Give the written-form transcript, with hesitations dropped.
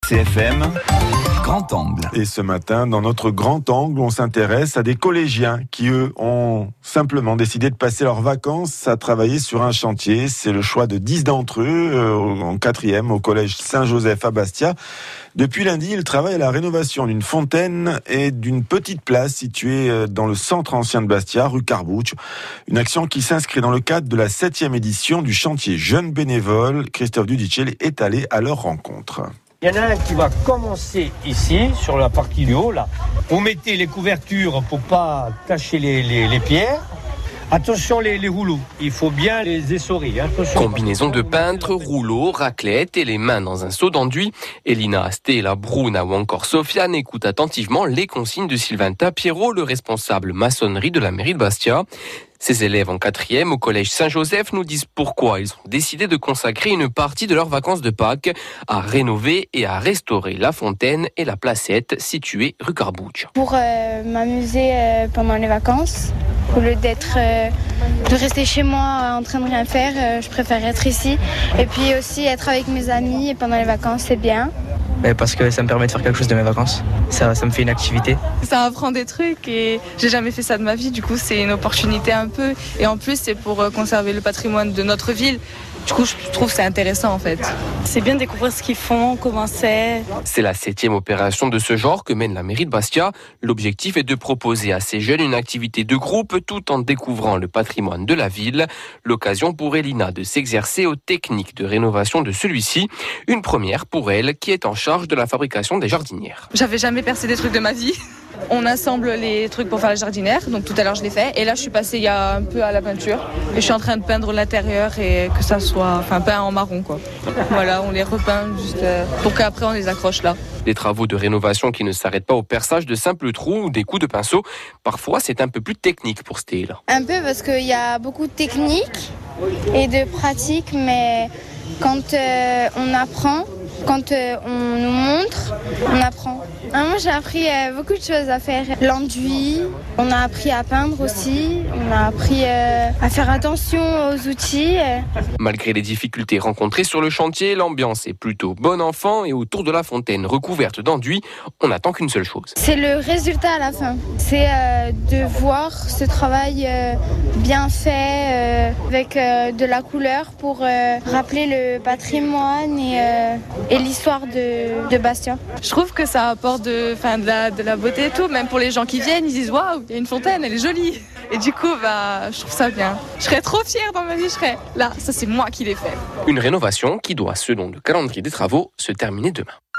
RCFM, Grand Angle. Et ce matin, dans notre Grand Angle, on s'intéresse à des collégiens qui, eux, ont simplement décidé de passer leurs vacances à travailler sur un chantier. C'est le choix de 10 d'entre eux, en 4e, au collège Saint-Joseph à Bastia. Depuis lundi, ils travaillent à la rénovation d'une fontaine et d'une petite place située dans le centre ancien de Bastia, rue Carbouche. Une action qui s'inscrit dans le cadre de la 7e édition du chantier Jeunes Bénévoles. Christophe Dudicelli est allé à leur rencontre. Il y en a un qui va commencer ici, sur la partie du haut, là. Vous mettez les couvertures pour pas tacher les pierres. Attention les rouleaux, il faut bien les essorer. Attention. Combinaison de peintre, rouleau, raclette et les mains dans un seau d'enduit. Elina, Stella, Bruna ou encore Sofiane écoutent attentivement les consignes de Sylvain Tapiro, le responsable maçonnerie de la mairie de Bastia. Ces élèves en 4e au collège Saint-Joseph nous disent pourquoi ils ont décidé de consacrer une partie de leurs vacances de Pâques à rénover et à restaurer la fontaine et la placette située rue Carbouche. Pour m'amuser pendant les vacances, au lieu de rester chez moi en train de rien faire, je préfère être ici. Et puis aussi être avec mes amis pendant les vacances, c'est bien. Parce que ça me permet de faire quelque chose de mes vacances. Ça me fait une activité. Ça apprend des trucs et j'ai jamais fait ça de ma vie. Du coup, c'est une opportunité un peu. Et en plus, c'est pour conserver le patrimoine de notre ville. Du coup, je trouve que c'est intéressant en fait. C'est bien de découvrir ce qu'ils font, comment c'est. C'est la 7e opération de ce genre que mène la mairie de Bastia. L'objectif est de proposer à ces jeunes une activité de groupe tout en découvrant le patrimoine de la ville. L'occasion pour Elina de s'exercer aux techniques de rénovation de celui-ci. Une première pour elle qui est en charge de la fabrication des jardinières. J'avais jamais percé des trucs de ma vie. On assemble les trucs pour faire la jardinière, donc tout à l'heure je l'ai fait. Et là je suis passée il y a un peu à la peinture. Et je suis en train de peindre l'intérieur et que ça soit peint en marron quoi. Voilà, on les repeint juste pour qu'après on les accroche là. Des travaux de rénovation qui ne s'arrêtent pas au perçage de simples trous ou des coups de pinceau. Parfois c'est un peu plus technique pour Stella. Un peu parce qu'il y a beaucoup de techniques et de pratiques, mais quand on apprend, quand on nous montre, on apprend. Moi, j'ai appris beaucoup de choses à faire. L'enduit, on a appris à peindre aussi, on a appris à faire attention aux outils. Malgré les difficultés rencontrées sur le chantier, l'ambiance est plutôt bon enfant et autour de la fontaine recouverte d'enduit, on n'attend qu'une seule chose. C'est le résultat à la fin. C'est de voir ce travail bien fait avec de la couleur pour rappeler le patrimoine et l'histoire de Bastia. Je trouve que ça apporte de la beauté et tout, même pour les gens qui viennent, ils disent waouh, il y a une fontaine, elle est jolie. Et du coup, je trouve ça bien. Je serais trop fière dans ma vie, je serais là, ça c'est moi qui l'ai fait. Une rénovation qui doit, selon le calendrier des travaux, se terminer demain.